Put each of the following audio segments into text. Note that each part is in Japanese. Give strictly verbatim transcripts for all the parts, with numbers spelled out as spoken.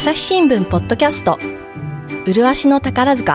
朝日新聞ポッドキャスト麗しの宝塚。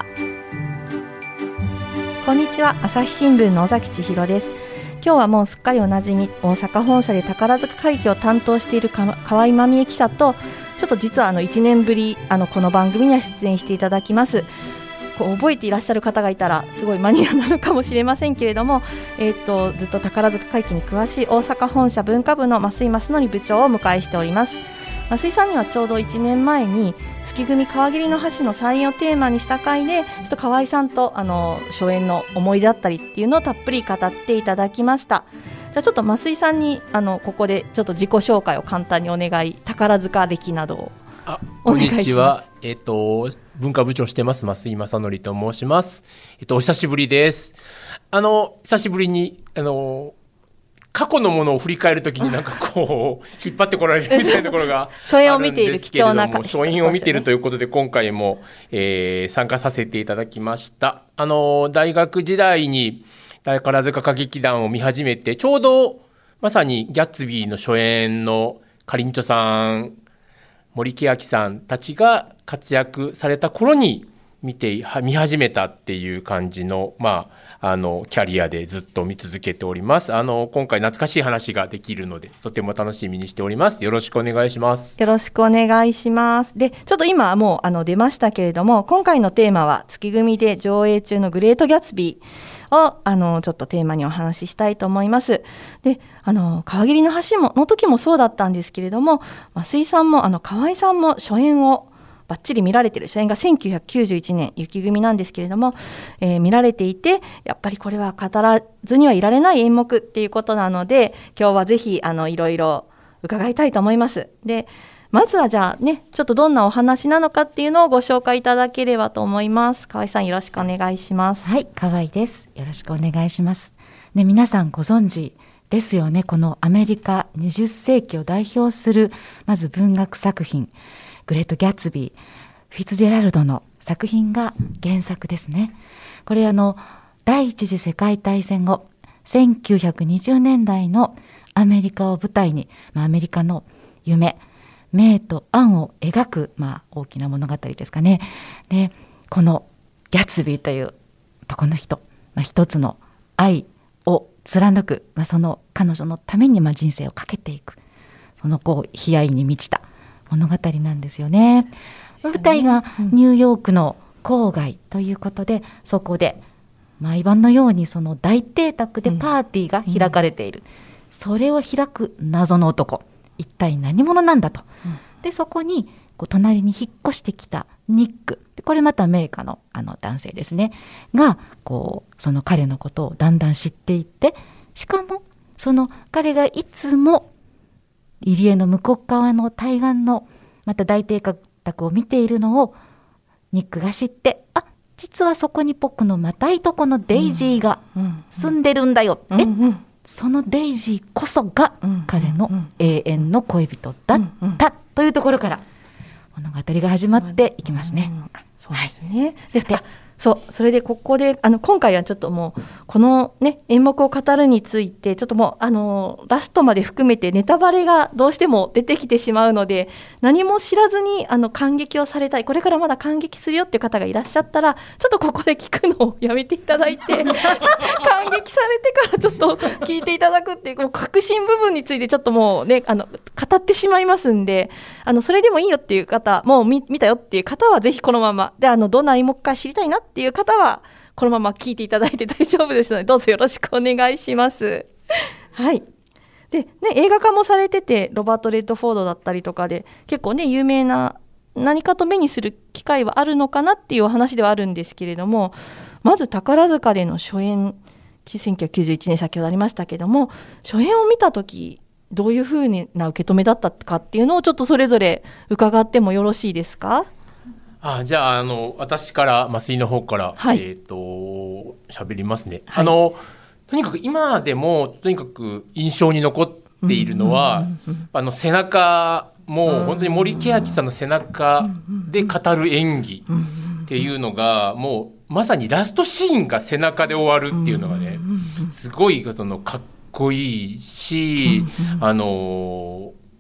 こんにちは、朝日新聞の尾崎千尋です。今日はもうすっかりおなじみ、大阪本社で宝塚会議を担当している河合真美恵記者と、ちょっと実はあのいちねんぶりあのこの番組には出演していただきます。こう覚えていらっしゃる方がいたらすごいマニアなのかもしれませんけれども、えー、とずっと宝塚会議に詳しい大阪本社文化部の増井正則部長をお迎えしております。増井さんにはちょうどいちねんまえに月組川霧の橋の再演をテーマにした回で、ちょっと河合さんとあの初演の思い出だったりっていうのをたっぷり語っていただきました。じゃあちょっと増井さんにあのここでちょっと自己紹介を簡単にお願い、宝塚歴などをあお願いします。 こんにちは、えっと、文化部長してます増井正則と申します。えっと、お久しぶりです。あの久しぶりにあの過去のものを振り返るときになんかこう引っ張ってこられるみたいなところが初演を見ている貴重な初演を見ているということで、今回も、えー、参加させていただきました。あの大学時代に宝塚歌劇団を見始めて、ちょうどまさにギャッツビーの初演のかりんちょさん、森圭明さんたちが活躍された頃に見て見始めたっていう感じの、まあ、あのキャリアでずっと見続けております。あの今回懐かしい話ができるのでとても楽しみにしております。よろしくお願いします。 よろしくお願いします。で、ちょっと今もうあの出ましたけれども、今回のテーマは月組で上映中のグレートギャツビーをあのちょっとテーマにお話ししたいと思います。で、あの川霧の橋もの時もそうだったんですけれども、増井さんもあの河合さんも初演をバッチリ見られている、初演がせんきゅうひゃくきゅうじゅういちねん雪組なんですけれども、えー、見られていて、やっぱりこれは語らずにはいられない演目っていうことなので、今日はぜひあのいろいろ伺いたいと思います。で、まずはじゃあね、ちょっとどんなお話なのかっていうのをご紹介いただければと思います。河合さん、よろしくお願いします。 はい、河合です。よろしくお願いします。ね、皆さんご存知ですよね。このアメリカにじゅっせいきを代表するまず文学作品、グレート・ギャツビー、フィッツジェラルドの作品が原作ですね。これあの第一次世界大戦後、せんきゅうひゃくにじゅうねんだいのアメリカを舞台に、まあ、アメリカの夢、明と暗を描く、まあ、大きな物語ですかね。で、このギャツビーという男の人、まあ、一つの愛を貫く、まあ、その彼女のためにまあ人生をかけていく、そのこう悲哀に満ちた物語なんですよね。舞台がニューヨークの郊外ということで、うん、そこで毎晩のようにその大邸宅でパーティーが開かれている、うん、それを開く謎の男、一体何者なんだと、うん、でそこにこう隣に引っ越してきたニック、これまた名家のあの男性ですねが、こうその彼のことをだんだん知っていって、しかもその彼がいつも入り江の向こう側の対岸のまた大邸宅を見ているのをニックが知って、あ、実はそこに僕のまたいとこのデイジーが住んでるんだよ、うんうん、え、そのデイジーこそが彼の永遠の恋人だったというところから物語が始まっていきますね。 うんうん、そうですね。はい、でそう、それでここであの今回はちょっともうこの、ね、演目を語るについてちょっともうあのラストまで含めてネタバレがどうしても出てきてしまうので、何も知らずにあの感激をされたい、これからまだ感激するよっていう方がいらっしゃったら、ちょっとここで聞くのをやめていただいて感激されてからちょっと聞いていただくっていう、もう核心部分についてちょっともうねあの語ってしまいますんで、あのそれでもいいよっていう方、もう 見, 見たよっていう方はぜひこのままで、あのどんな演目か知りたいなっていう方はこのまま聞いていただいて大丈夫ですので、どうぞよろしくお願いします。はい。で、ね、映画化もされてて、ロバート・レッドフォードだったりとかで結構ね有名な、何かと目にする機会はあるのかなっていうお話ではあるんですけれども、まず宝塚での初演、せんきゅうひゃくきゅうじゅういちねん先ほどありましたけども、初演を見た時どういうふうな受け止めだったかっていうのをちょっとそれぞれ伺ってもよろしいですか？ あじゃあ、あの私から増井の方から、はい、えーと喋りますね。はい、あのとにかく今でもとにかく印象に残っているのは、うんうんうんうん、あの背中、もう本当に森圭明さんの背中で語る演技っていうのが、もうまさにラストシーンが背中で終わるっていうのがね、すごいそのかっこいいし、あの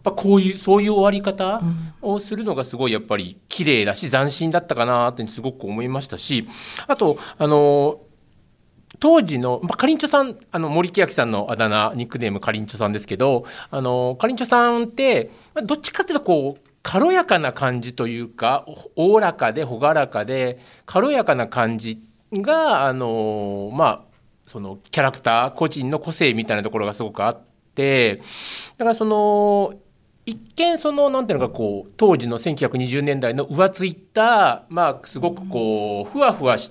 ぱこういうそういう終わり方をするのがすごいやっぱり綺麗だし斬新だったかなってすごく思いましたし、あとあの当時の、まあ、かりんちょさん、あの森木明さんのあだ名ニックネームかりんちょさんですけど、あのかりんちょさんってどっちかっていうとこう軽やかな感じというか、おおらかで朗らかで軽やかな感じがあのまあそのキャラクター個人の個性みたいなところがすごくあって、だからその一見そのなんていうのかこう当時のせんきゅうひゃくにじゅうねんだいの浮ついた、まあすごくこうふわふわした、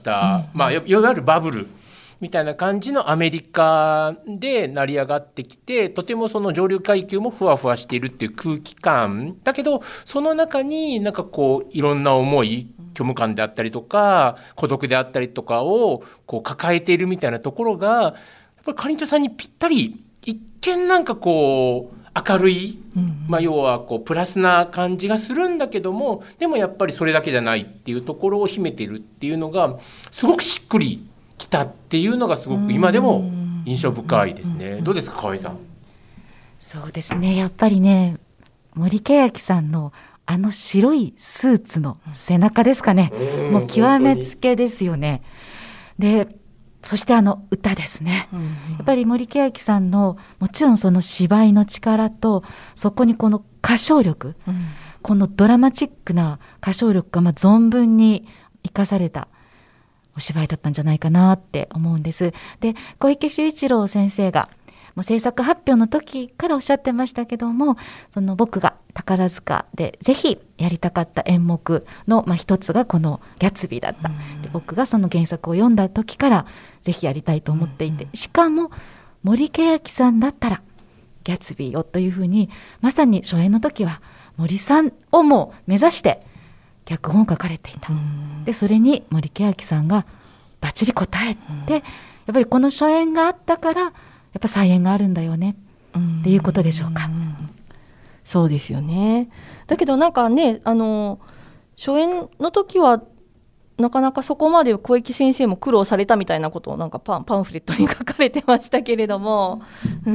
まあいわゆるバブルみたいな感じのアメリカで成り上がってきて、とてもその上流階級もふわふわしているっていう空気感だけど、その中になんかこういろんな思い、虚無感であったりとか孤独であったりとかをこう抱えているみたいなところがやっぱりかりんちょさんにぴったり、一見なんかこう明るい、まあ、要はこうプラスな感じがするんだけども、でもやっぱりそれだけじゃないっていうところを秘めているっていうのがすごくしっくりきたっていうのがすごく今でも印象深いですね。どうですか河合さん。 そうですね、やっぱりね森圭明さんのあの白いスーツの背中ですかね、うん、もう極めつけですよね。でそしてあの歌ですね、うんうん、やっぱり森圭明さんのもちろんその芝居の力とそこにこの歌唱力、うん、このドラマチックな歌唱力がまあ存分に生かされたお芝居だったんじゃないかなって思うんです。で小池秀一郎先生がもう制作発表の時からおっしゃってましたけども、その僕が宝塚でぜひやりたかった演目の、まあ、一つがこのギャツビーだった。で僕がその原作を読んだ時からぜひやりたいと思っていて、しかも森圭明さんだったらギャツビーをというふうに、まさに初演の時は森さんをも目指して脚本を書かれていた。でそれに森圭明さんがバッチリ答えて、やっぱりこの初演があったからやっぱ再演があるんだよねっていうことでしょうか。うん、 そうですよね。だけどなんかね、あの初演の時はなかなかそこまで小池先生も苦労されたみたいなことをなんかパン、パンフレットに書かれてましたけれども、うん、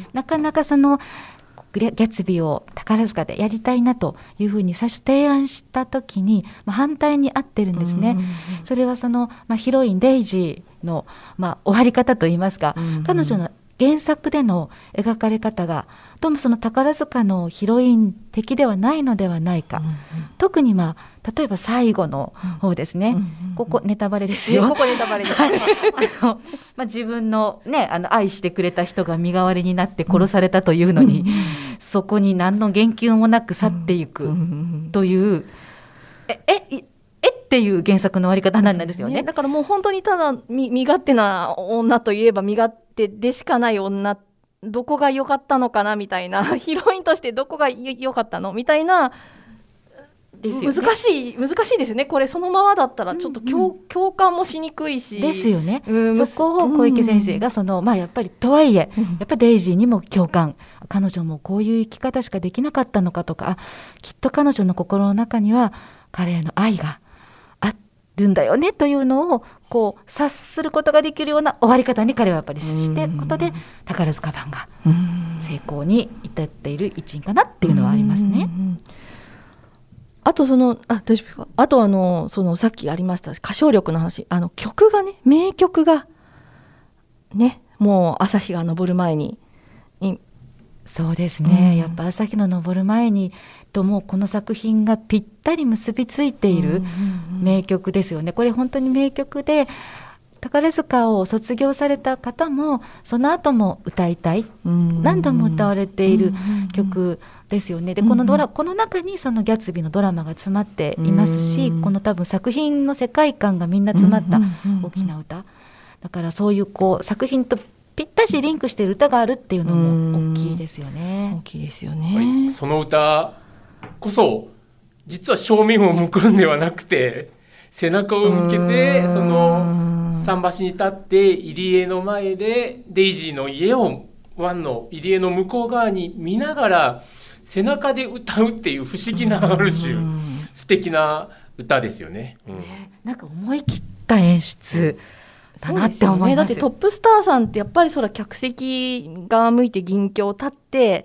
なかなかそのギャツビーを宝塚でやりたいなというふうに最初提案した時に、まあ、反対にあってるんですね。うんうんうん、それはその、まあ、ヒロインデイジーの、まあ、終わり方といいますか、うんうん、彼女の原作での描かれ方がどうもその宝塚のヒロイン的ではないのではないか、うんうん、特に、まあ、例えば最後の方ですね、うんうんうん、ここネタバレですよ。 ここネタバレですあの、まあ、自分の、ね、あの愛してくれた人が身代わりになって殺されたというのに、うんうんうん、そこに何の言及もなく去っていくという、うんうんうん、えええっていう原作の終わり方なんですよね。 だからもう本当にただ身勝手な女といえば身勝手でしかない女、どこが良かったのかなみたいな、ヒロインとしてどこが良かったのみたいなですよね。難しい難しいですよね。これそのままだったらちょっと 共,、うんうん、共感もしにくいしですよね。うん、そこを小池先生がその、まあ、やっぱりとはいえ、うん、やっぱりデイジーにも共感、彼女もこういう生き方しかできなかったのかとか、あきっと彼女の心の中には彼への愛があるんだよねというのをこう察することができるような終わり方に彼はやっぱりしていくことで、宝塚版が成功に至っている一因かなっていうのはありますね。うんうん、 あとそのあ大丈夫ですか。あとあのそのさっきありました歌唱力の話、あの曲がね、名曲がね、もう朝日が昇る前に、 そうですね、うん、やっぱ朝日の昇る前にともうこの作品がぴったり結びついている名曲ですよね。これ本当に名曲で、宝塚を卒業された方もその後も歌いたい、何度も歌われている曲ですよね。でこのドラ、この中にそのギャツビーのドラマが詰まっていますし、この多分作品の世界観がみんな詰まった大きな歌だから、そういうこう作品とぴったしリンクしている歌があるっていうのも大きいですよね。 大きいですよね。 その歌こそ実は正面を向くんではなくて、背中を向けてその桟橋に立って入江の前でデイジーの家を湾の入江の向こう側に見ながら背中で歌うっていう不思議なある種素敵な歌ですよね。うん、 なんか思い切った演出だなって思いますよ。 だってトップスターさんってやっぱりそら客席側向いて銀鏡を立って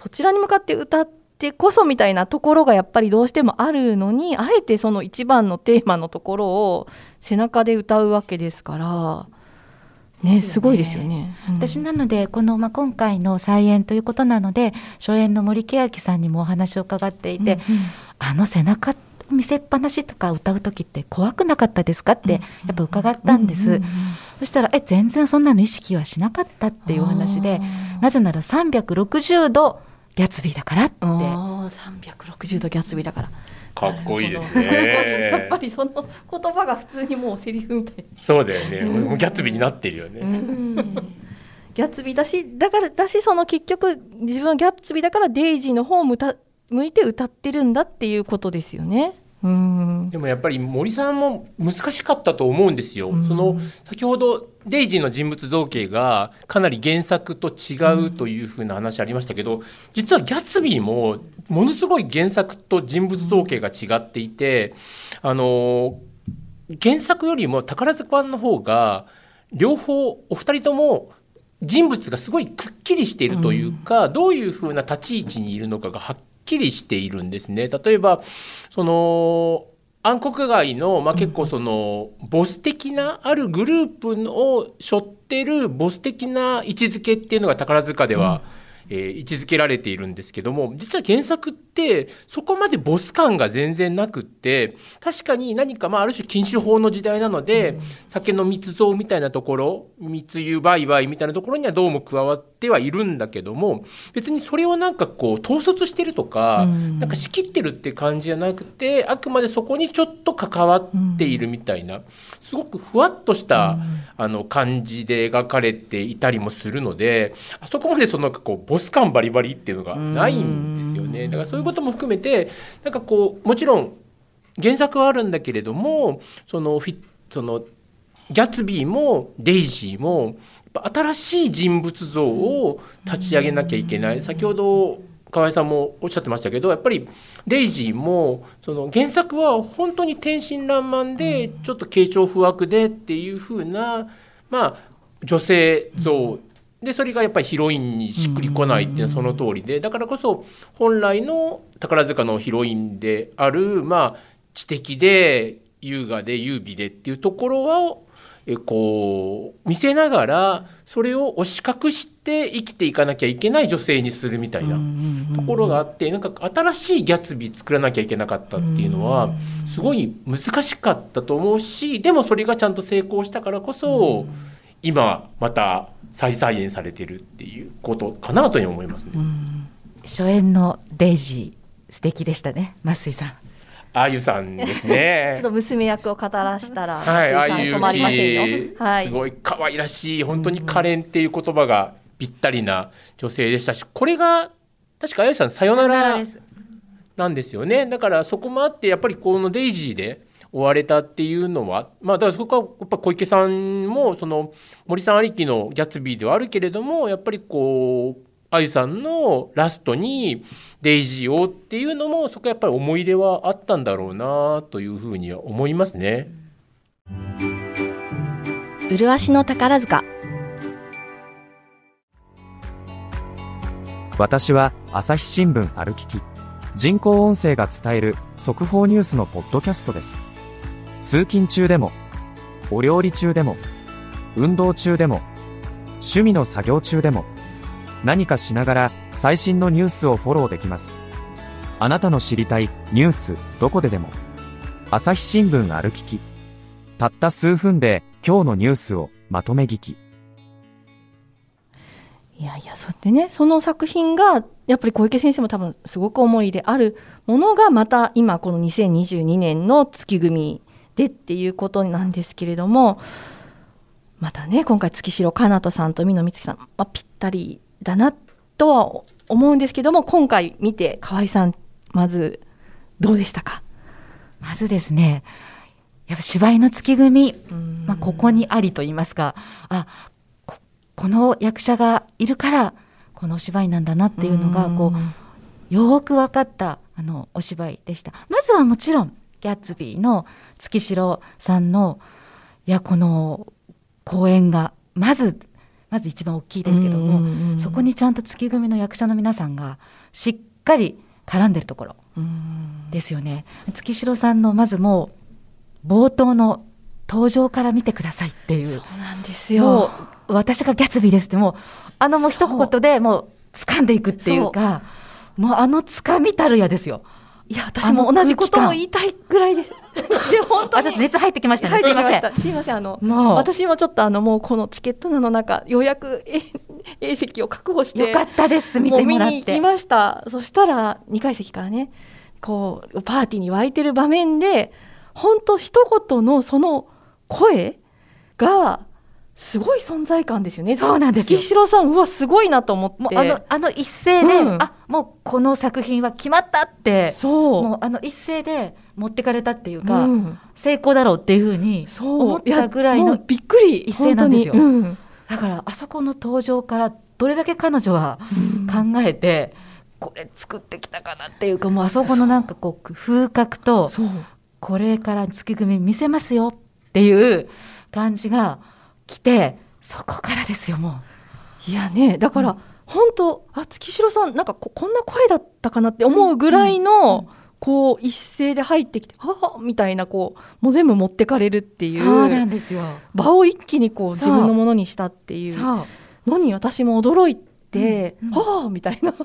そちらに向かって歌ってこそみたいなところがやっぱりどうしてもあるのに、あえてその一番のテーマのところを背中で歌うわけですからね、すごいですよね。うん、 私なのでこの、まあ、今回の再演ということなので、初演の森圭明さんにもお話を伺っていて、うんうん、あの背中見せっぱなしとか歌う時って怖くなかったですかってやっぱ伺ったんです、うんうんうん、そしたらえ全然そんなの意識はしなかったっていうお話で、なぜならさんびゃくろくじゅうどギャツビーだからって。 さんびゃくろくじゅうどギャツビーだからかっこいいですね。 やっぱりその言葉が普通にもうセリフみたい。 そうだよね、うん、もうギャツビーになってるよね、うん、 ギャツビーだしだからだしその結局自分はギャツビーだからデイジーの方を向た向いて歌ってるんだっていうことですよね。うん、 でもやっぱり森さんも難しかったと思うんですよ、うん、その先ほどデイジーの人物造形がかなり原作と違うというふうな話ありましたけど、実はギャツビーもものすごい原作と人物造形が違っていて、あの原作よりも宝塚版の方が両方お二人とも人物がすごいくっきりしているというか、うん、どういうふうな立ち位置にいるのかがはっきりしているんですね。例えばその暗黒街の、まあ、結構そのボス的なあるグループを背負ってるボス的な位置づけっていうのが宝塚では、うんえー、位置づけられているんですけども、実は原作ってそこまでボス感が全然なくって、確かに何か、まあ、ある種禁酒法の時代なので、うん、酒の密造みたいなところ、密輸売買みたいなところにはどうも加わってはいるんだけども、別にそれをなんかこう統率してるとか、うん、なんか仕切ってるって感じじゃなくて、あくまでそこにちょっと関わっているみたいな、うん、すごくふわっとした、うん、あの感じで描かれていたりもするので、あそこまでそのなんかこうボス感バリバリっていうのがないんですよね。だからそういうことも含めてなんかこうもちろん原作はあるんだけれども、そのフィそのギャツビーもデイジーも新しい人物像を立ち上げなきゃいけない。先ほど河合さんもおっしゃってましたけど、やっぱりデイジーもその原作は本当に天真爛漫でちょっと慶長不惑でっていう風な、まあ、女性像で、それがやっぱりヒロインにしっくりこないっていうのはその通りで、だからこそ本来の宝塚のヒロインである、まあ、知的で優雅で優美でっていうところはえこう見せながら、それを押し隠して生きていかなきゃいけない女性にするみたいなところがあって、なんか新しいギャツビー作らなきゃいけなかったっていうのはすごい難しかったと思うし、でもそれがちゃんと成功したからこそ今また再再演されてるっていうことかなと思いますね。うん、 初演のデイジー素敵でしたね、増井さん。 あゆさんですね。 ちょっと娘役を語らしたら、 はい、 あゆ止まりませんよ。はい、 すごい可愛らしい、本当に可憐っていう言葉がぴったりな女性でしたし、これが確かあゆさんさよならなんですよね。だからそこもあってやっぱりこのデイジーで追われたっていうのは、まあ、だからそこはやっぱ小池さんもその森さんありきのギャツビーではあるけれども、やっぱりこうあゆさんのラストにデイジーをっていうのも、そこはやっぱり思い入れはあったんだろうなというふうには思いますね。 麗しの宝塚。 私は朝日新聞ある聞き、人工音声が伝える速報ニュースのポッドキャストです。通勤中でも、お料理中でも、運動中でも、趣味の作業中でも、何かしながら最新のニュースをフォローできます。あなたの知りたいニュースどこででも、朝日新聞ある聞き。たった数分で今日のニュースをまとめ聞き。 いやいや、そうやってね、その作品がやっぱり小池先生も多分すごく思い入れあるものが、また今このにせんにじゅうにねんの月組でっていうことなんですけれども、またね今回月城かなとさんと美濃美月さん、まあ、ぴったりだなとは思うんですけども、今回見て河合さんまずどうでしたか？ まずですね、やっぱ芝居の月組、まあ、ここにありと言いますか、あ こ, この役者がいるからこのお芝居なんだなっていうのがこうよく分かったあのお芝居でした。まずはもちろんギャッツビーの月城さんのいやこの公演がまずまず一番大きいですけども、 うんうんうん、 そこにちゃんと月組の役者の皆さんがしっかり絡んでるところですよね。月城さんのまずもう冒頭の登場から見てくださいっていう。 そうなんですよ。 もう私がギャツビーですってもうあのもう一言でもう掴んでいくっていうか、もうあの掴みたるやですよ。 いや私も同じことを言いたいぐらいです。で本当にあちょっと熱入ってきましたね。すいません。 すいませんあのもう私もちょっとあのもうこのチケットの中予約 A, A 席を確保してよかったです見てもらって。 もう見に行きました。そしたらにかい席からねこうパーティーに湧いてる場面で本当一言のその声がすごい存在感ですよね。 そうなんですよ。 月城さんうわすごいなと思って、 もうあのあの一声で、うん、あもうこの作品は決まったってそうもうあの一声で持ってかれたっていうか、 うん、 成功だろうっていうふうに思ったぐらいのびっくり一声なんですよ、 うん、 だからあそこの登場からどれだけ彼女は考えて、うん、これ作ってきたかなっていうかもうあそこのなんかこう風格とこれから月組見せますよっていう感じが来てそこからですよもういやねだから、うん、本当あ月城さんなんか こ, こんな声だったかなって思うぐらいの、うん、こう一声で入ってきてはあみたいなこうもう全部持ってかれるっていうそうなんですよ場を一気にこう自分のものにしたっていうのに私も驚いて、うんうん、はあみたいな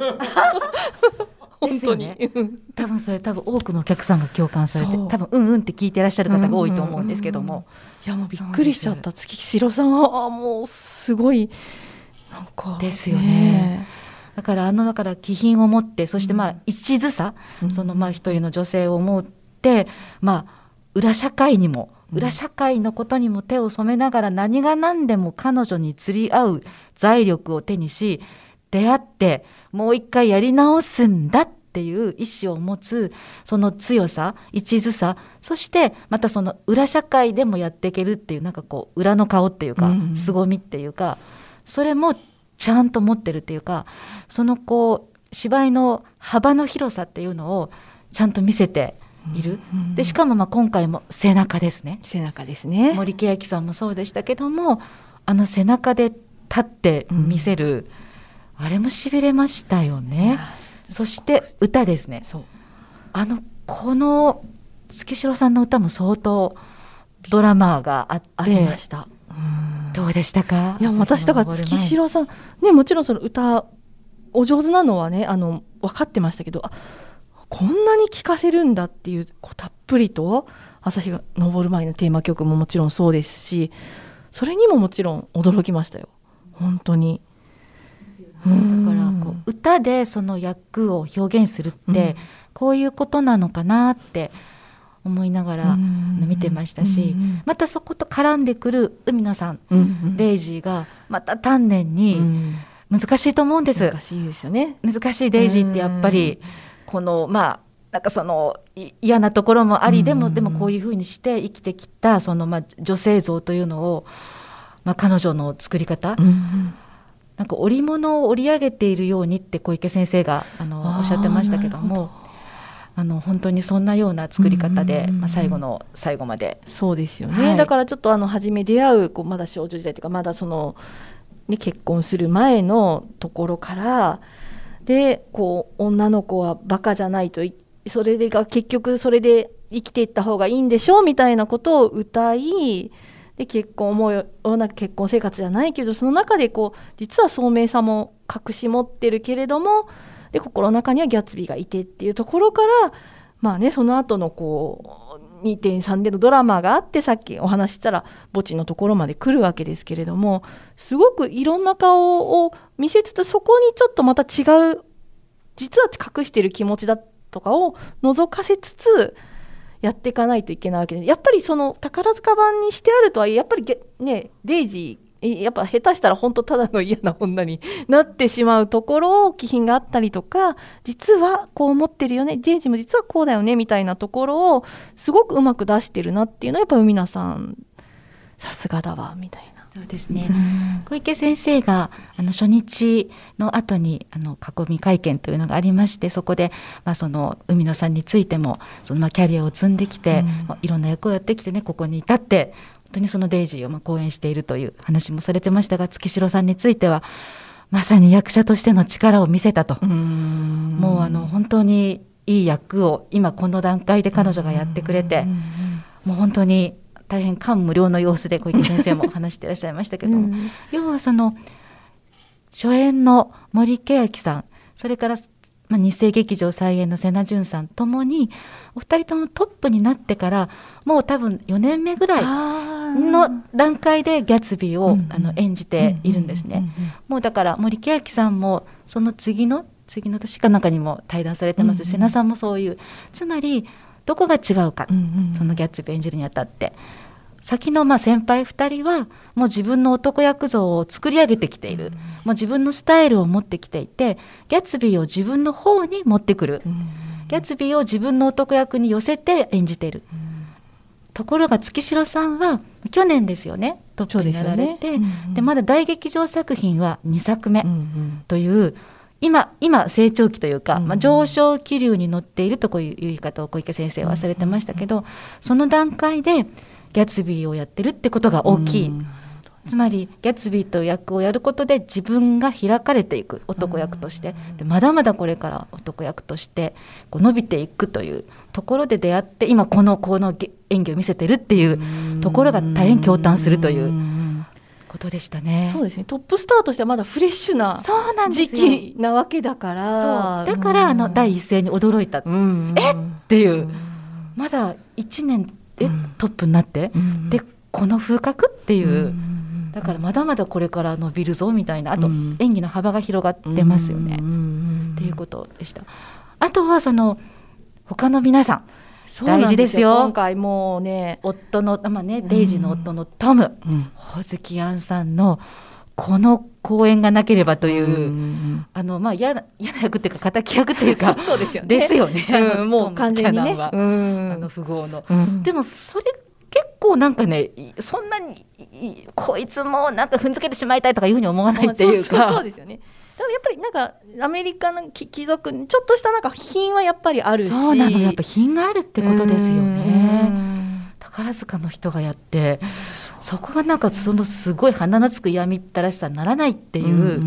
本当に、ね、 多分それ多分多くのお客さんが共感されて多分うんうんって聞いてらっしゃる方が多いと思うんですけども、うんうんうん、 いやもうびっくりしちゃった月城さんはもうすごいなんかですよね。だからあのだから気品を持ってそしてまあ一途さ、うん、そのまあ一人の女性を思ってまあ裏社会にも裏社会のことにも手を染めながら何が何でも彼女に釣り合う財力を手にし出会ってもう一回やり直すんだっていう意思を持つその強さ一途さそしてまたその裏社会でもやっていけるっていうなんかこう裏の顔っていうか、うん、凄みっていうかそれもちゃんと持ってるっていうかそのこう芝居の幅の広さっていうのをちゃんと見せている、うん、でしかもまあ今回も背中ですね背中ですね森圭明さんもそうでしたけどもあの背中で立って見せる、うん、あれもしびれましたよね。そして歌ですね。 そうあのこの月城さんの歌も相当ドラマがあってありました。 うんどうでしたか。 いや私だから月城さんねもちろんその歌お上手なのはねあの分かってましたけどあこんなに聴かせるんだっていう、こうたっぷりと朝日が昇る前のテーマ曲ももちろんそうですしそれにももちろん驚きましたよ本当に。 だからこう歌でその役を表現するってこういうことなのかなって思いながら見てましたしまたそこと絡んでくる海野さんデイジーがまた丹念に難しいと思うんです。 難しいですよね。 難しいデイジーってやっぱりこのまあなんかその嫌なところもありでもでもこういうふうにして生きてきたそのまあ女性像というのをまあ彼女の作り方なんか織物を織り上げているようにって小池先生があのおっしゃってましたけどもあの本当にそんなような作り方で、まあ、最後の最後までそうですよね、はい、だからちょっとあの初め出会うこうまだ少女時代というかまだその、ね、結婚する前のところからでこう女の子はバカじゃないとそれでが結局それで生きていった方がいいんでしょみたいなことを歌いで結婚思うような結婚生活じゃないけどその中でこう実は聡明さも隠し持ってるけれどもで心の中にはギャッツビーがいてっていうところからまあねその後のこう にてんさん でのドラマがあってさっきお話ししたら墓地のところまで来るわけですけれどもすごくいろんな顔を見せつつそこにちょっとまた違う実は隠してる気持ちだとかを覗かせつつやっていかないといけないわけでやっぱりその宝塚版にしてあるとはいえやっぱりねデイジーやっぱ下手したら本当ただの嫌な女になってしまうところを気品があったりとか実はこう思ってるよねデイジーも実はこうだよねみたいなところをすごくうまく出してるなっていうのはやっぱ海野さんさすがだわみたいな。 そうですね、うん、小池先生があの初日の後にあの囲み会見というのがありましてそこで、まあ、その海野さんについてもそのまあキャリアを積んできて、うんまあ、いろんな役をやってきてねここに至って当にそのデイジーをまあ講演しているという話もされてましたが、月城さんについてはまさに役者としての力を見せたと。うーん、もうあの本当にいい役を今この段階で彼女がやってくれて、もう本当に大変感無量の様子で小池先生も話していらっしゃいましたけども、要はその初演の森圭明さん、それから、まあ、日生劇場再演の瀬名潤さんともにお二人ともトップになってからもう多分よねんめぐらいの段階でギャツビーを、うん、あの演じているんですね、うんうんうんうん、もうだから森圭明さんもその次の次の年かなんかにも対談されてます、うんうん、瀬名さんもそういう、つまりどこが違うか、うんうん、そのギャツビー演じるにあたって先のまあ先輩ふたりはもう自分の男役像を作り上げてきている、うん、もう自分のスタイルを持ってきていて、ギャツビーを自分の方に持ってくる、うん、ギャツビーを自分の男役に寄せて演じている、うん、ところが月城さんは去年ですよねトップになられて、で、ねうんうん、でまだ大劇場作品はにさくめという、うんうん、今, 今成長期というか、うんうん、まあ、上昇気流に乗っているとこういう言い方を小池先生はされてましたけど、うんうんうん、その段階でギャツビーをやってるってことが大きい、うん、つまりギャツビーという役をやることで自分が開かれていく男役として、でまだまだこれから男役としてこう伸びていくというところで出会って、今このこの演技を見せてるっていうところが大変驚嘆するということでしたね。 そうですね、トップスターとしてはまだフレッシュな時期なわけだから、 そうだからあの第一声に驚いた、うんえっていう、まだいちねんでトップになって、うん、でこの風格っていう、うん、だからまだまだこれから伸びるぞみたいな、あと、うん、演技の幅が広がってますよね、うん、っていうことでした。あとはその他の皆さん大事ですよ。 今回もうね夫の、まあね、デイジーの夫のトム、うん、穂月杏さんのこの公演がなければという、うん、あのまあ嫌な役っていうか敵役っていうかそうですよね、 ですよね、 うん、もう完全にね、 うん、あの富豪の、うん、でもそれ結構なんかね、そんなにこいつもなんか踏んづけてしまいたいとかいうふうに思わないっていうか、 そうそうそうですよね。でもやっぱりなんかアメリカの貴族ちょっとしたなんか品はやっぱりあるし、 そうなの、やっぱ品があるってことですよね。宝塚の人がやってそこがなんかそのすごい鼻のつく嫌みったらしさにならないっていう、うんうんうん、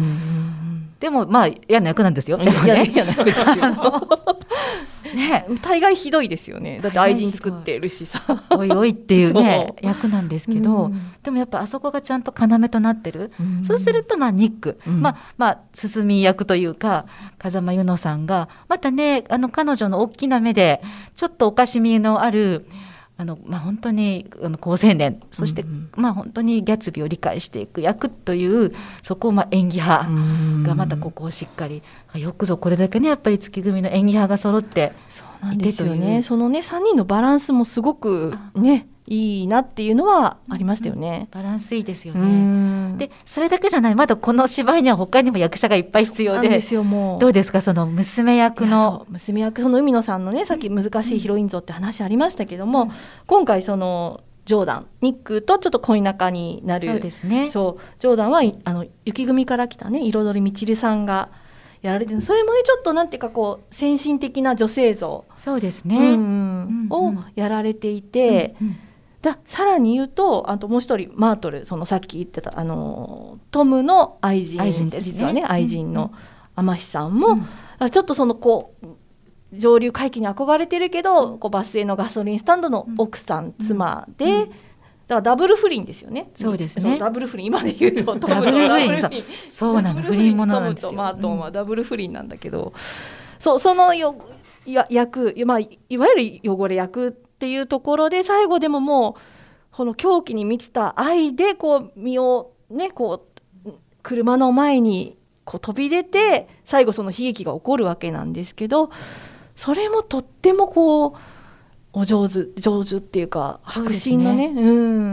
でもまあ嫌な役なんですよ。でもね、 嫌な役ですよね、大概ひどいですよね。だって愛人作ってるしさおいおいっていうね役なんですけど、うん、でもやっぱあそこがちゃんと要となってる、うん、そうするとまあニック、うん、まあまあ進み役というか風間由乃さんがまたね、あの彼女の大きな目でちょっとおかしみのあるあのまあ、本当にあの好青年、そして、うんうん、まあ、本当にギャツビーを理解していく役というそこをまあ演技派がまたここをしっかり、よくぞこれだけねやっぱり月組の演技派が揃っていてという、ね、 そのねさんにんのバランスもすごくねいいなっていうのはありましたよね、 うん、バランスいいですよね。でそれだけじゃない、まだこの芝居には他にも役者がいっぱい必要 で, ですよもうどうですか、その娘役の娘役、その海野さんのねさっき難しいヒロイン像って話ありましたけども、うん、今回そのジョーダンニックとちょっと恋仲になる、 そうですね、 そうジョーダンはあの雪組から来たね彩りみちるさんがやられてる、それもねちょっとなんていうかこう先進的な女性像、 そうですね、 うんうん、をやられていて、うんうん、ださらに言うと、あともう一人マートル、そのさっき言ってたあのトムの愛人、 愛人ですね、 実はね愛人の天志さんも、うん、ちょっとそのこう上流階級に憧れてるけど、こうバス停のガソリンスタンドの奥さん、うん、妻で、うん、だからダブル不倫ですよね。 そうですね、 ダブル不倫、今で言うとダブル不倫、そう、そうなの、不倫ものなんですよ。 トムとマートンはダブル不倫なんだけど、うん、そうそのよや役、まあ、いわゆる汚れ役っていうところで最後でももうこの狂気に満ちた愛でこう身をねこう車の前にこう飛び出て最後その悲劇が起こるわけなんですけど、それもとってもこうお上手上手っていうか迫真の ね, うね、うんうん、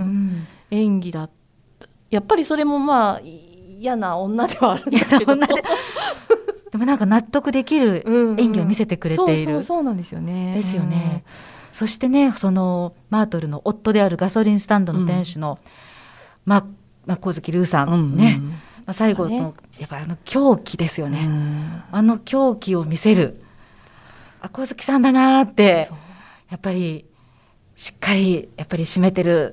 演技だった。やっぱりそれもまあ嫌な女ではあるんですけどで, でもなんか納得できる演技を見せてくれている、 うんうん、そうそうそうなんですよね。 ですよね、うん、そしてね、そのマートルの夫であるガソリンスタンドの店主の、うん、まあまあ、神月ルーさん、うんね、まあ、最後の、ね、やっぱりあの狂気ですよね、うん、あの狂気を見せる、あ、神月さんだなってやっぱりしっかりやっぱり締めてる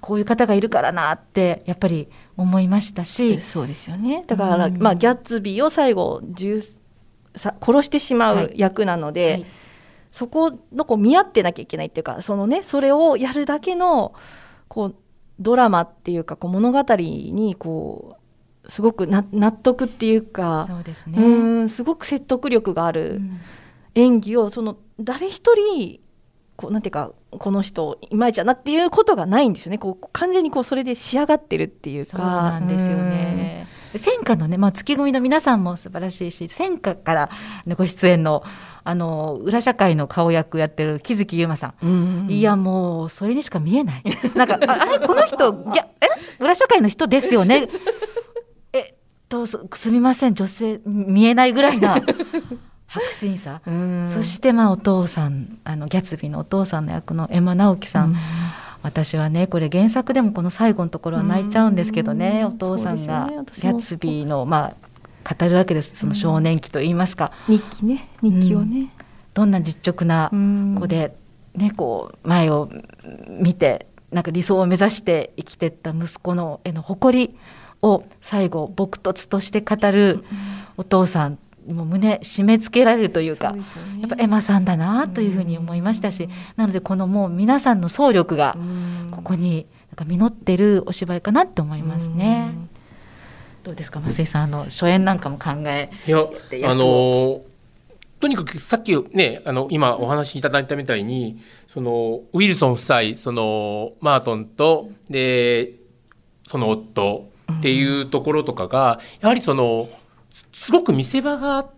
こういう方がいるからなってやっぱり思いましたし、 そうですよね。だから、 うんまあ、ギャッツビーを最後さ殺してしまう役なので、はいはい、そこのこう見合ってなきゃいけないっていうか、そのね、それをやるだけのこうドラマっていうか、こう物語にこうすごくな納得っていうか、 そうですね、 うんすごく説得力がある演技を、その誰一人こうなんていうか、この人いまいちだなっていうことがないんですよね。こう完全にこうそれで仕上がってるっていうか。 そうなんですよね。戦火のね、まあ、月組の皆さんも素晴らしいし、戦火からご出演のあの裏社会の顔役やってる木月悠馬さん、うんうん、いやもうそれにしか見えないなんか あ, あれこの人ぎゃえ裏社会の人ですよねえっと す, すみません女性見えないぐらいな迫真さ、そしてまあお父さん、あのギャツビーのお父さんの役のエマ直樹さん、うん、私はねこれ原作でもこの最後のところは泣いちゃうんですけどね、お父さんがギャツビーのまあ語るわけです。その少年期といいますか、 日記ね日記をね、 うん、どんな実直な子で、ね、こう前を見てなんか理想を目指して生きていった息子のへの誇りを最後朴訥として語るお父さん、もう胸締め付けられるというか、う、ね、やっぱエマさんだなというふうに思いましたし、なのでこのもう皆さんの総力がここになんか実ってるお芝居かなって思いますね。どうですか増井さん、あの初演なんかも考えいやあのとにかくさっきねあの今お話しいただいたみたいに、そのウィルソン夫妻、そのマートンとでその夫っていうところとかが、やはりそのすごく見せ場があって、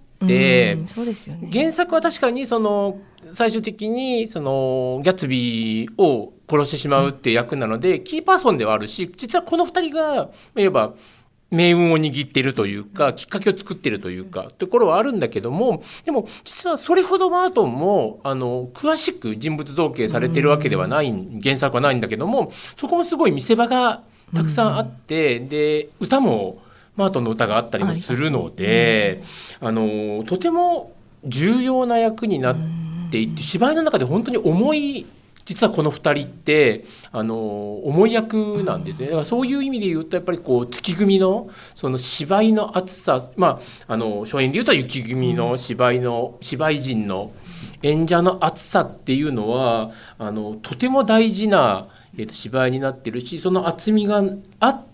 うんそうですよね、 原作は確かにその最終的にそのギャツビーを殺してしまうっていう役なので、うん、キーパーソンではあるし、実はこのふたりがいわば命運を握っているというか、きっかけを作っているというかところはあるんだけども、でも実はそれほどマートンもあの詳しく人物造形されているわけではない、原作はないんだけども、そこもすごい見せ場がたくさんあって、で歌もマートンの歌があったりもするので、あのとても重要な役になっていて、芝居の中で本当に重い、実はこのふたりってあの重い役なんですね。だからそういう意味で言うと、やっぱりこう月組のその芝居の厚さ、まあ、あの初演で言うと雪組の芝居の芝居陣の演者の厚さっていうのはあのとても大事な、えーと、芝居になってるし、その厚みがあって、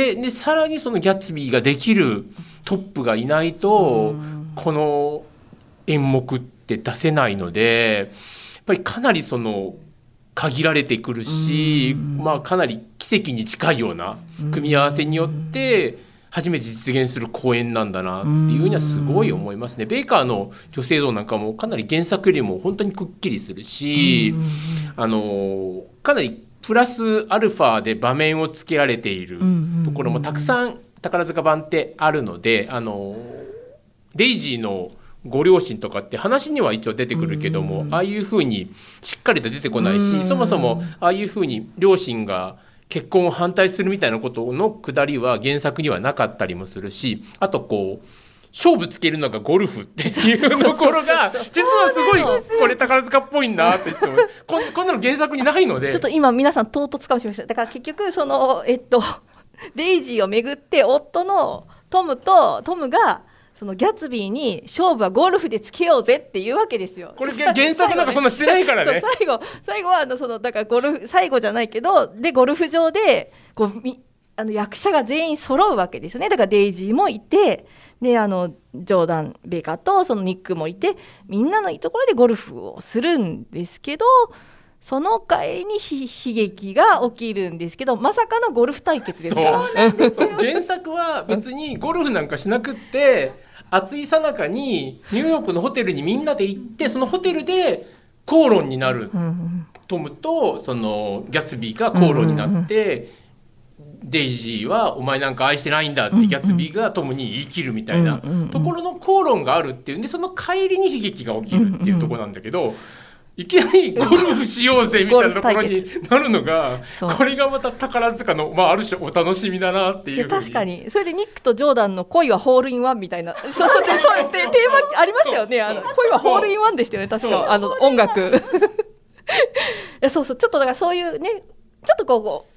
でさらにそのギャッツビーができるトップがいないとこの演目って出せないので、やっぱりかなりその限られてくるし、まあ、かなり奇跡に近いような組み合わせによって初めて実現する公演なんだなっていうふうにはすごい思いますね。ベイカーの女性像なんかもかなり原作よりも本当にくっきりするし、あのかなりプラスアルファで場面をつけられているところもたくさん宝塚版ってあるので、あのデイジーのご両親とかって話には一応出てくるけども、ああいう風にしっかりと出てこないし、そもそもああいう風に両親が結婚を反対するみたいなことのくだりは原作にはなかったりもするし、あとこう勝負つけるのがゴルフっていうところが実はすごいこれ宝塚っぽいんだって言ってもこん、こんなの原作にないので、 ちょっと今皆さん唐突かもしれません。だから結局そのえっとデイジーをめぐって夫のトムとトムがそのギャツビーに勝負はゴルフでつけようぜっていうわけですよ。 これ原作なんかそんなしてないからね。 そう最後最後はあのそのだからゴルフ最後じゃないけどでゴルフ場でこうみあの役者が全員揃うわけですよね。だからデイジーもいて、であのジョーダン・ベイカーとそのニックもいて、みんなのいいところでゴルフをするんですけど、その帰りに悲劇が起きるんですけど、まさかのゴルフ対決ですから。 そうなんですよ。原作は別にゴルフなんかしなくって暑いさなかにニューヨークのホテルにみんなで行って、そのホテルで口論になる、うん、トムとそのギャツビーが口論になって、うんうんうんデイジーはお前なんか愛してないんだってギャツビーがトムに言い切るみたいなところの口論があるっていうんで、その帰りに悲劇が起きるっていうところなんだけど、いきなりゴルフしようぜみたいなところになるのがこれがまた宝塚の、まあ、ある種お楽しみだなっていう。いや確かにそれでニックとジョーダンの恋はホールインワンみたいなそうそうそうテーマありましたよね。あの恋はホールインワンでしたよね確かあの音楽いやそうそうちょっとだからそういうねちょっとこう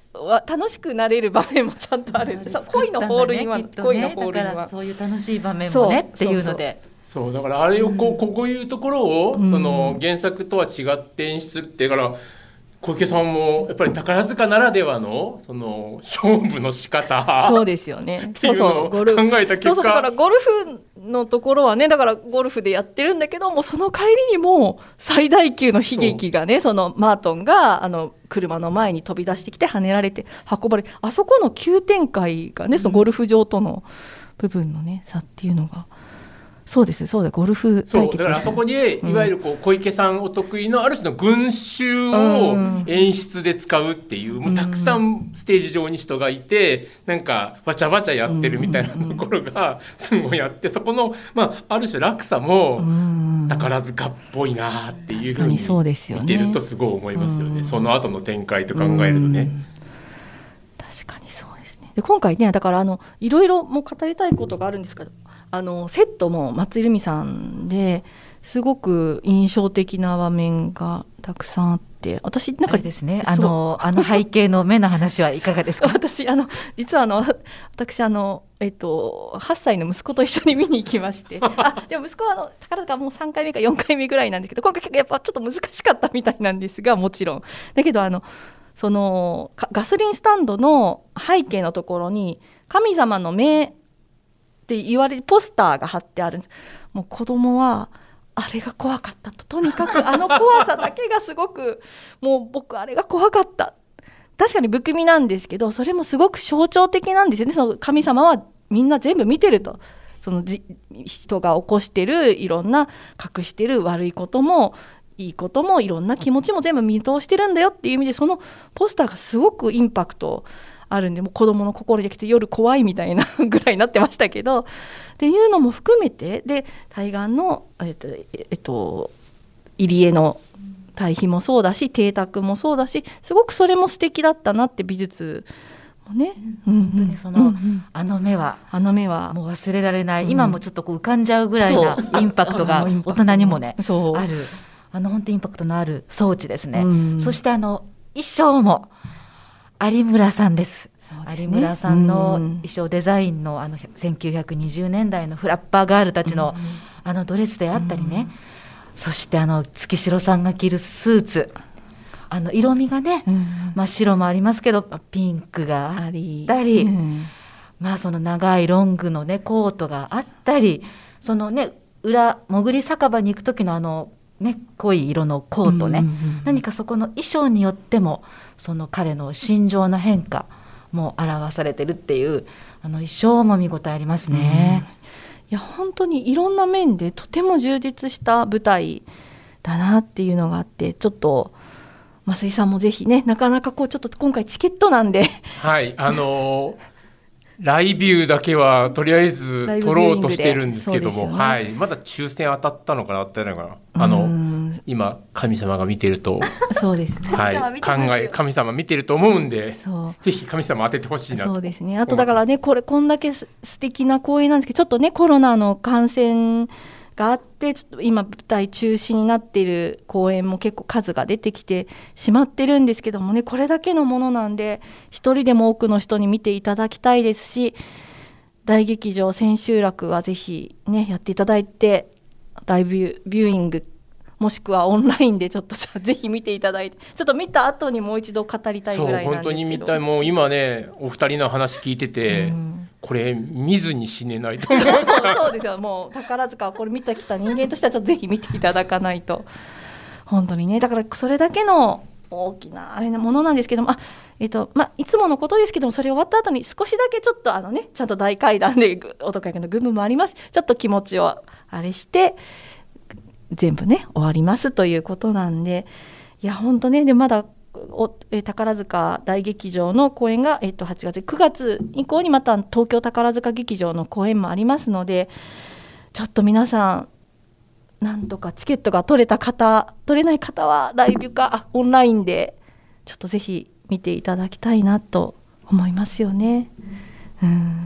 は楽しくなれる場面もちゃんとあるんで、そう恋のホールインワン、 ねね、 恋のホールインワン、 だからそういう楽しい場面もねっていうので、 そうだからあれをこう、ここいうところを、うん、その原作とは違って演出ってだから小池さんもやっぱり宝塚ならではのその勝負の仕方そうですよねっていうのを考えた結果、 そうそうだからゴルフのところはねだからゴルフでやってるんだけども、その帰りにも最大級の悲劇がね、そのマートンがあの車の前に飛び出してきて跳ねられて運ばれ、あそこの急展開がね、そのゴルフ場との部分のね差っていうのが、そうですそうだゴルフ対決です、ね、 そうだからあそこにいわゆるこう小池さんお得意のある種の群衆を演出で使うっていう、もうたくさんステージ上に人がいてなんかバチャバチャやってるみたいなところがすごいやって、そこの、まあ、ある種落差も宝塚っぽいなっていうふうに見てるとすごい思いますよね。その後の展開と考えるとね。 確かにそうですね。で今回ねだからあのいろいろもう語りたいことがあるんですけど、あのセットも松井留美さんですごく印象的な場面がたくさんあって、私なんかですね、あのあの背景の目の話はいかがですか？ 私あの実はあの私あの、えっと、はっさいの息子と一緒に見に行きましてあでも息子はあの宝塚もうさんかいめかよんかいめぐらいなんですけど、今回やっぱちょっと難しかったみたいなんですが、もちろんだけどあのそのガソリンスタンドの背景のところに神様の目って言われるポスターが貼ってあるんです。もう子供はあれが怖かったと、とにかくあの怖さだけがすごくもう僕あれが怖かった。確かに不気味なんですけど、それもすごく象徴的なんですよね。その神様はみんな全部見てると、そのじ人が起こしてるいろんな隠してる悪いこともいいこともいろんな気持ちも全部見通してるんだよっていう意味で、そのポスターがすごくインパクトあるんで、もう子供の心できて夜怖いみたいなぐらいになってましたけど、っていうのも含めてで対岸の、えっとえっと、入江の対比もそうだし邸宅もそうだし、すごくそれも素敵だったなって美術もね、 うんうん、本当にその、うんうん、あの目はあの目はもう忘れられない、うん、今もちょっとこう浮かんじゃうぐらいなインパクトが大人にもねある、あの本当にインパクトのある装置ですね、うん、そしてあの衣装も有村さんです。そうですね、有村さんの衣装デザインの、あのせんきゅうひゃくにじゅうねんだいのフラッパーガールたちの、うん、あのドレスであったりね、うん、そしてあの月城さんが着るスーツ、あの色味がね、うん、真っ白もありますけどピンクがあったり、うん、まあその長いロングのねコートがあったり、そのね裏潜り酒場に行く時のあのね、濃い色のコートね、うんうんうん、何かそこの衣装によってもその彼の心情の変化も表されてるっていう、あの衣装も見応えありますね、 うん、いや本当にいろんな面でとても充実した舞台だなっていうのがあって、ちょっと増井さんもぜひね、なかなかこうちょっと今回チケットなんではいあのーライビューだけはとりあえず取ろうとしてるんですけども、ね、はい、まだ抽選当たったのかな当たってないのかな、あの今神様が見てるとそうですね、 はい、考え神様見てると思うんで、ぜひ神様当ててほしいなと。 そうですね、あとだからねこれこんだけ素敵な公演なんですけど、ちょっとねコロナの感染があってちょっと今舞台中止になっている公演も結構数が出てきてしまってるんですけどもね、これだけのものなんで一人でも多くの人に見ていただきたいですし、大劇場千秋楽はぜひねやっていただいて、ライブビューイングもしくはオンラインでちょっとぜひ見ていただいて、ちょっと見た後にもう一度語りたいぐらいなんですけど。そう本当に見たい。もう今ねお二人の話聞いてて、うん、これ見ずに死ねないと思う。 そうそうそうですよ。もう宝塚をこれ見てきた人間としてはちょっとぜひ見ていただかないと本当にね、だからそれだけの大きなあれなものなんですけども、あ、えっとまあ、いつものことですけども、それ終わった後に少しだけちょっとあのねちゃんと大階段で男役の群舞もあります、ちょっと気持ちをあれして全部ね終わりますということなんで、いや本当ね、でまだおえ宝塚大劇場の公演が、えっと、はちがつくがつ以降にまた東京宝塚劇場の公演もありますので、ちょっと皆さんなんとかチケットが取れた方取れない方はライブかあオンラインでちょっとぜひ見ていただきたいなと思いますよね、うん、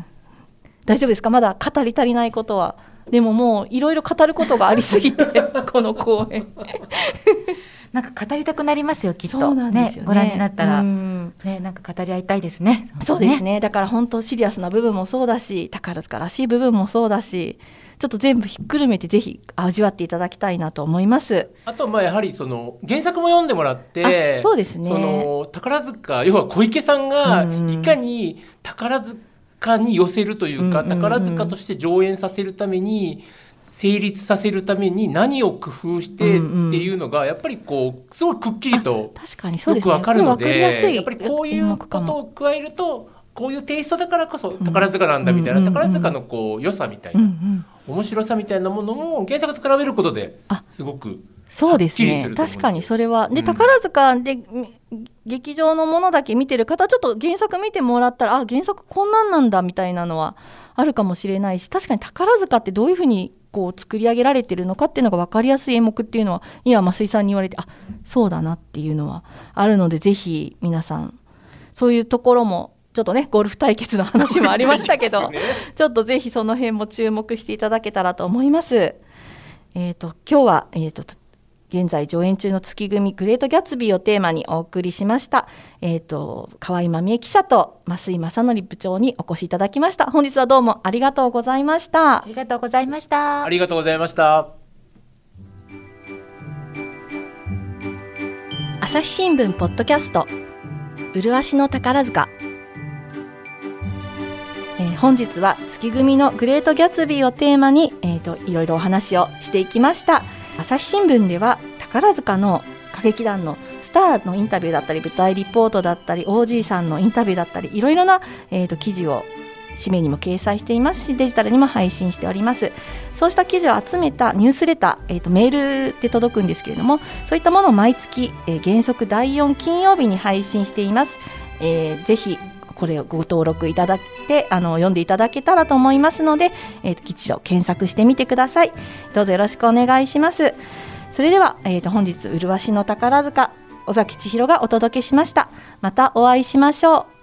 大丈夫ですか、まだ語り足りないことは。でももういろいろ語ることがありすぎてこの公演なんか語りたくなりますよきっと。 そうなんですよねご覧になったら、 うんね、なんか語り合いたいですね。 そうですね。だから本当シリアスな部分もそうだし、宝塚らしい部分もそうだし、ちょっと全部ひっくるめてぜひ味わっていただきたいなと思います。 あとまあやはりその原作も読んでもらってあそうですね。 その宝塚要は小池さんがいかに宝塚に寄せるというか、 うんうんうん、 宝塚として上演させるために成立させるために何を工夫してっていうのがやっぱりこうすごいくっきりとよくわかるので、やっぱりこういうことを加えるとこういうテイストだからこそ宝塚なんだみたいな、宝塚のこう良さみたいな、面白さみたいなものも原作と比べることですごくそうですね。確かにそれはで、宝塚で劇場のものだけ見てる方、ちょっと原作見てもらったら、あ、原作こんなんなんだみたいなのはあるかもしれないし、確かに宝塚ってどういうふうにこう作り上げられてるのかっていうのが分かりやすい演目っていうのは今増井さんに言われて、あ、そうだなっていうのはあるので、ぜひ皆さんそういうところもちょっとねゴルフ対決の話もありましたけど、ね、ちょっとぜひその辺も注目していただけたらと思います。えーと今日は、えーと現在上演中の月組グレートギャツビーをテーマにお送りしました。えーと河合真美恵記者と増井正則部長にお越しいただきました。本日はどうもありがとうございました。 ありがとうございました。 ありがとうございました。 朝日新聞ポッドキャスト麗しの宝塚、えー、本日は月組のグレートギャツビーをテーマに、えーといろいろお話をしていきました。朝日新聞では宝塚の歌劇団のスターのインタビューだったり、舞台リポートだったり、 オージー さんのインタビューだったり、いろいろな、えーと記事を紙面にも掲載していますし、デジタルにも配信しております。そうした記事を集めたニュースレター、えーとメールで届くんですけれども、そういったものを毎月、えー、原則だいよん金曜日に配信しています。えー、ぜひこれをご登録いただいて、あの読んでいただけたらと思いますので、えー、記事を検索してみてください。どうぞよろしくお願いします。それでは、えー、と本日麗しの宝塚、尾崎千尋がお届けしました。またお会いしましょう。